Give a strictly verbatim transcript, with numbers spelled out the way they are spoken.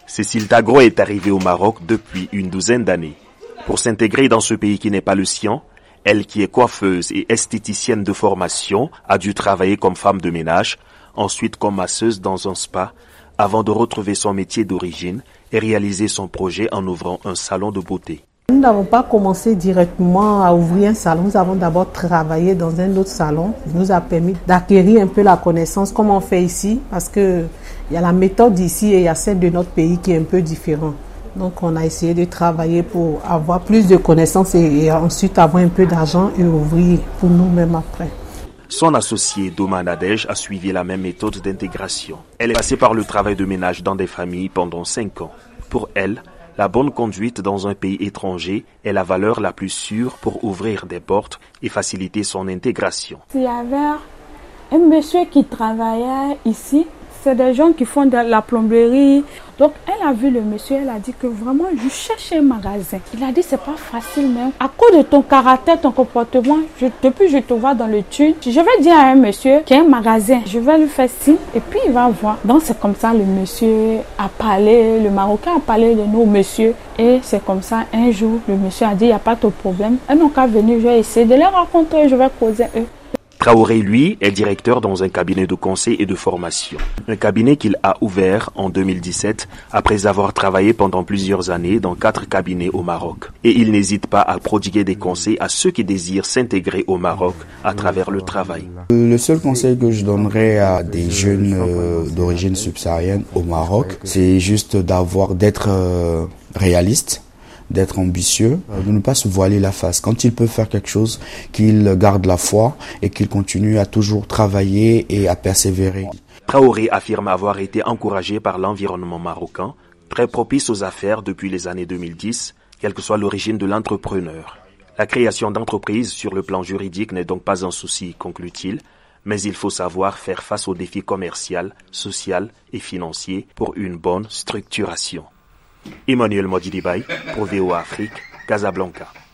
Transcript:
Cécile Tagro est arrivée au Maroc depuis une douzaine d'années. Pour s'intégrer dans ce pays qui n'est pas le sien, elle qui est coiffeuse et esthéticienne de formation a dû travailler comme femme de ménage, ensuite comme masseuse dans un spa, avant de retrouver son métier d'origine et réaliser son projet en ouvrant un salon de beauté. Nous n'avons pas commencé directement à ouvrir un salon. Nous avons d'abord travaillé dans un autre salon. Ça nous a permis d'acquérir un peu la connaissance comme on fait ici, parce que il y a la méthode ici et il y a celle de notre pays qui est un peu différente. Donc on a essayé de travailler pour avoir plus de connaissances et, et ensuite avoir un peu d'argent et ouvrir pour nous-mêmes après. Son associé Doma Nadej a suivi la même méthode d'intégration. Elle est passée par le travail de ménage dans des familles pendant cinq ans. Pour elle, la bonne conduite dans un pays étranger est la valeur la plus sûre pour ouvrir des portes et faciliter son intégration. Il y avait un monsieur qui travaillait ici. C'est des gens qui font de la plomberie. Donc elle a vu le monsieur, elle a dit que vraiment je cherche un magasin. Il a dit c'est pas facile même. À cause de ton caractère, ton comportement, je, depuis je te vois dans le tube. Je vais dire à un monsieur qui a un magasin, je vais lui faire signe et puis il va voir. Donc c'est comme ça le monsieur a parlé, le Marocain a parlé de nous monsieur. Et c'est comme ça un jour le monsieur a dit il n'y a pas de problème. Ils n'ont qu'à venir, je vais essayer de les rencontrer, je vais causer eux. Traoré, lui, est directeur dans un cabinet de conseil et de formation. Un cabinet qu'il a ouvert en deux mille dix-sept après avoir travaillé pendant plusieurs années dans quatre cabinets au Maroc. Et il n'hésite pas à prodiguer des conseils à ceux qui désirent s'intégrer au Maroc à travers le travail. Le seul conseil que je donnerais à des jeunes euh, d'origine subsaharienne au Maroc, c'est juste d'avoir, d'être euh, réaliste, d'être ambitieux, de ne pas se voiler la face. Quand il peut faire quelque chose, qu'il garde la foi et qu'il continue à toujours travailler et à persévérer. Traoré affirme avoir été encouragé par l'environnement marocain, très propice aux affaires depuis les années deux mille dix, quelle que soit l'origine de l'entrepreneur. La création d'entreprises sur le plan juridique n'est donc pas un souci, conclut-il, mais il faut savoir faire face aux défis commerciaux, sociaux et financiers pour une bonne structuration. Emmanuel Modjidibay pour V O A Afrique, Casablanca.